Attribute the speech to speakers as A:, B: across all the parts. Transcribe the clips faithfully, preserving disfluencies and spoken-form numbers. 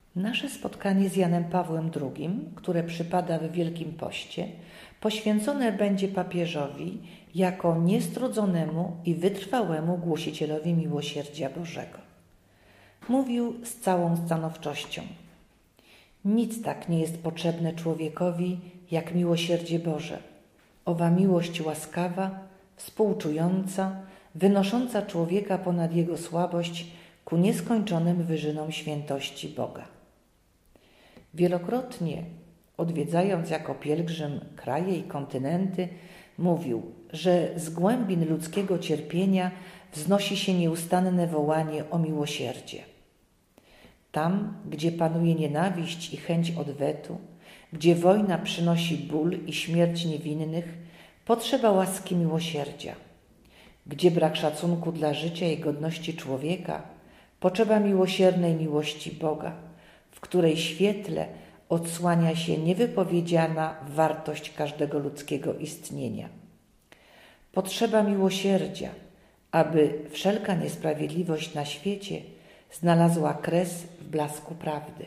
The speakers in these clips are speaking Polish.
A: Nasze spotkanie z Janem Pawłem drugim, które przypada w Wielkim Poście, poświęcone będzie papieżowi jako niestrudzonemu i wytrwałemu głosicielowi miłosierdzia Bożego. Mówił z całą stanowczością: nic tak nie jest potrzebne człowiekowi jak miłosierdzie Boże, owa miłość łaskawa, współczująca, wynosząca człowieka ponad jego słabość ku nieskończonym wyżynom świętości Boga. Wielokrotnie, odwiedzając jako pielgrzym kraje i kontynenty, mówił, że z głębin ludzkiego cierpienia wznosi się nieustanne wołanie o miłosierdzie. Tam, gdzie panuje nienawiść i chęć odwetu, gdzie wojna przynosi ból i śmierć niewinnych, potrzeba łaski miłosierdzia. Gdzie brak szacunku dla życia i godności człowieka, potrzeba miłosiernej miłości Boga, w której świetle odsłania się niewypowiedziana wartość każdego ludzkiego istnienia. Potrzeba miłosierdzia, aby wszelka niesprawiedliwość na świecie znalazła kres w blasku prawdy.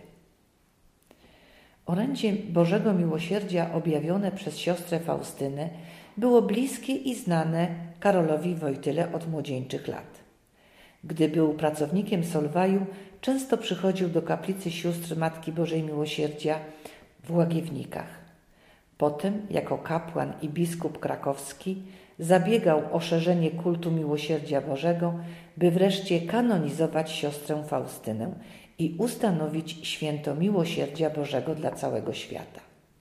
A: Orędzie Bożego Miłosierdzia objawione przez siostrę Faustynę było bliskie i znane Karolowi Wojtyle od młodzieńczych lat. Gdy był pracownikiem Solwaju, często przychodził do kaplicy sióstr Matki Bożej Miłosierdzia w Łagiewnikach. Potem, jako kapłan i biskup krakowski, zabiegał o szerzenie kultu miłosierdzia Bożego, by wreszcie kanonizować siostrę Faustynę i ustanowić święto miłosierdzia Bożego dla całego świata.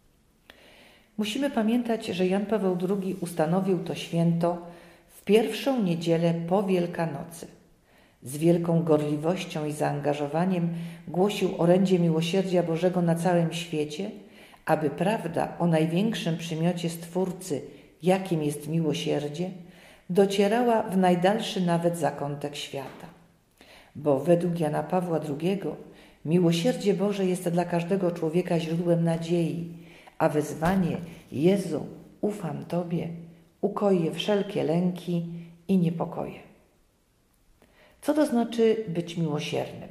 A: Musimy pamiętać, że Jan Paweł drugi ustanowił to święto w pierwszą niedzielę po Wielkanocy. Z wielką gorliwością i zaangażowaniem głosił orędzie miłosierdzia Bożego na całym świecie, aby prawda o największym przymiocie Stwórcy, jakim jest miłosierdzie, docierała w najdalszy nawet zakątek świata. Bo według Jana Pawła drugiego miłosierdzie Boże jest dla każdego człowieka źródłem nadziei, a wezwanie Jezu, ufam Tobie, ukoi wszelkie lęki i niepokoje. Co to znaczy być miłosiernym?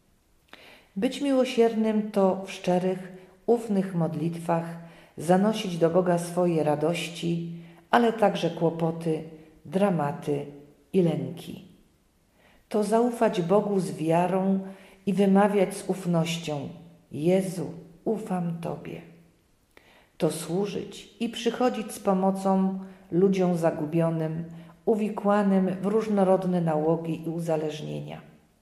A: Być miłosiernym to w szczerych, ufnych modlitwach zanosić do Boga swoje radości, ale także kłopoty, dramaty i lęki. To zaufać Bogu z wiarą i wymawiać z ufnością: Jezu, ufam Tobie. To służyć i przychodzić z pomocą ludziom zagubionym, uwikłanym w różnorodne nałogi i uzależnienia.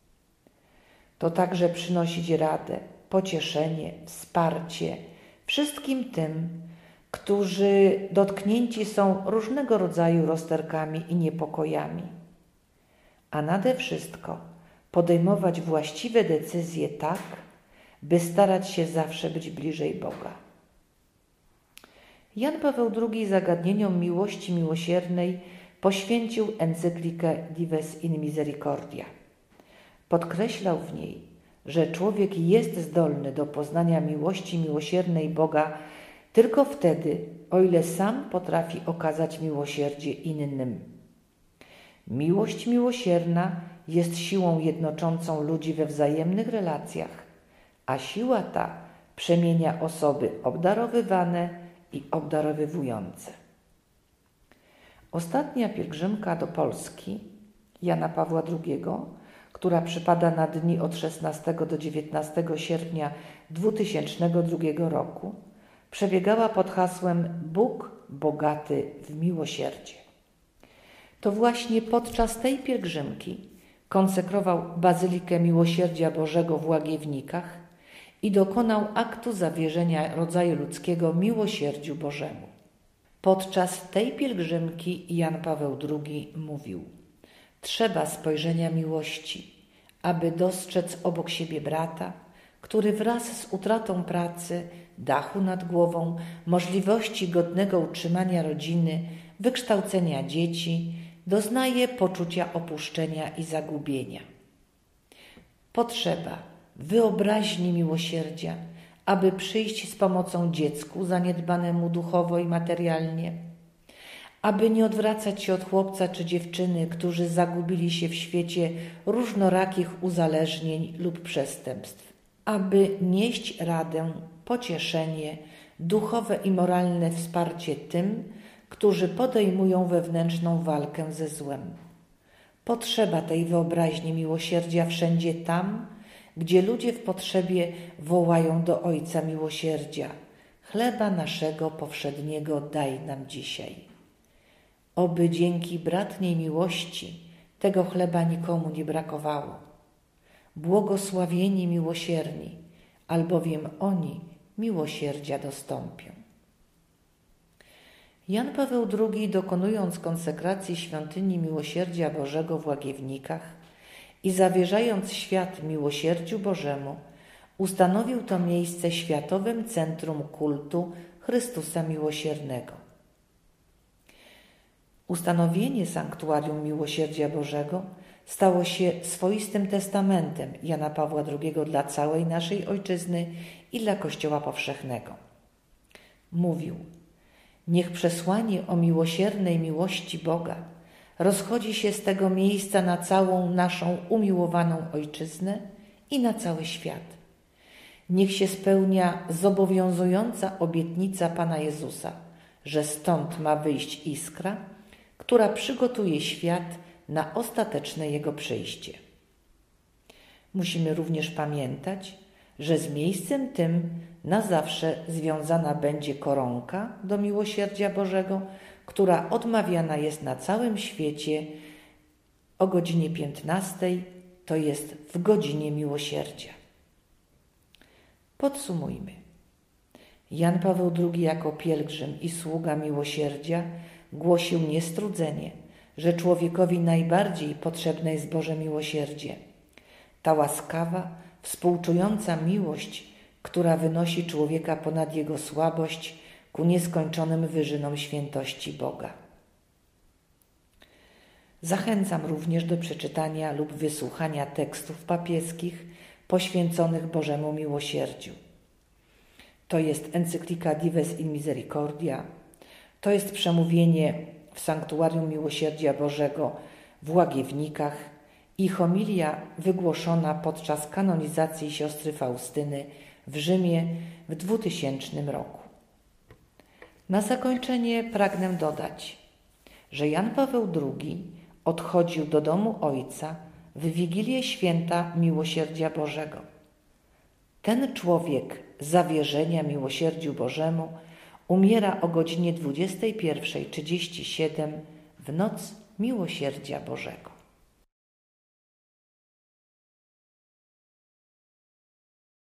A: To także przynosić radę, pocieszenie, wsparcie wszystkim tym, którzy dotknięci są różnego rodzaju rozterkami i niepokojami. A nade wszystko podejmować właściwe decyzje tak, by starać się zawsze być bliżej Boga. Jan Paweł drugi zagadnieniom miłości miłosiernej poświęcił encyklikę Dives in Misericordia. Podkreślał w niej, że człowiek jest zdolny do poznania miłości miłosiernej Boga tylko wtedy, o ile sam potrafi okazać miłosierdzie innym. Miłość miłosierna jest siłą jednoczącą ludzi we wzajemnych relacjach, a siła ta przemienia osoby obdarowywane i obdarowywujące. Ostatnia pielgrzymka do Polski Jana Pawła drugiego, która przypada na dni od szesnastego do dziewiętnastego sierpnia dwutysięcznego drugiego roku, przebiegała pod hasłem Bóg bogaty w miłosierdzie. To właśnie podczas tej pielgrzymki konsekrował Bazylikę Miłosierdzia Bożego w Łagiewnikach i dokonał aktu zawierzenia rodzaju ludzkiego miłosierdziu Bożemu. Podczas tej pielgrzymki Jan Paweł drugi mówił: trzeba spojrzenia miłości, aby dostrzec obok siebie brata, który wraz z utratą pracy, dachu nad głową, możliwości godnego utrzymania rodziny, wykształcenia dzieci, doznaje poczucia opuszczenia i zagubienia. Potrzeba wyobraźni miłosierdzia, aby przyjść z pomocą dziecku zaniedbanemu duchowo i materialnie, aby nie odwracać się od chłopca czy dziewczyny, którzy zagubili się w świecie różnorakich uzależnień lub przestępstw. aby nieść radę, pocieszenie, duchowe i moralne wsparcie tym, którzy podejmują wewnętrzną walkę ze złem. Potrzeba tej wyobraźni miłosierdzia wszędzie tam, gdzie ludzie w potrzebie wołają do Ojca Miłosierdzia: chleba naszego powszedniego daj nam dzisiaj. Oby dzięki bratniej miłości tego chleba nikomu nie brakowało. Błogosławieni miłosierni, albowiem oni miłosierdzia dostąpią. Jan Paweł drugi, dokonując konsekracji świątyni Miłosierdzia Bożego w Łagiewnikach i zawierzając świat miłosierdziu Bożemu, ustanowił to miejsce światowym centrum kultu Chrystusa Miłosiernego. Ustanowienie sanktuarium Miłosierdzia Bożego stało się swoistym testamentem Jana Pawła drugiego dla całej naszej Ojczyzny i dla Kościoła powszechnego. Mówił: niech przesłanie o miłosiernej miłości Boga rozchodzi się z tego miejsca na całą naszą umiłowaną Ojczyznę i na cały świat. Niech się spełnia zobowiązująca obietnica Pana Jezusa, że stąd ma wyjść iskra, która przygotuje świat na ostateczne Jego przyjście. Musimy również pamiętać, że z miejscem tym na zawsze związana będzie koronka do miłosierdzia Bożego, która odmawiana jest na całym świecie o godzinie piętnastej, to jest w godzinie miłosierdzia. Podsumujmy. Jan Paweł drugi jako pielgrzym i sługa miłosierdzia głosił niestrudzenie, że człowiekowi najbardziej potrzebne jest Boże miłosierdzie. Ta łaskawa, współczująca miłość, która wynosi człowieka ponad jego słabość ku nieskończonym wyżynom świętości Boga. Zachęcam również do przeczytania lub wysłuchania tekstów papieskich poświęconych Bożemu miłosierdziu. To jest encyklika Dives in Misericordia, to jest przemówienie w Sanktuarium Miłosierdzia Bożego w Łagiewnikach i homilia wygłoszona podczas kanonizacji siostry Faustyny w Rzymie w dwutysięcznym roku. Na zakończenie pragnę dodać, że Jan Paweł drugi odchodził do domu Ojca w Wigilię Święta Miłosierdzia Bożego. Ten człowiek zawierzenia miłosierdziu Bożemu umiera o godzinie dwudziestej pierwszej trzydzieści siedem w noc Miłosierdzia Bożego.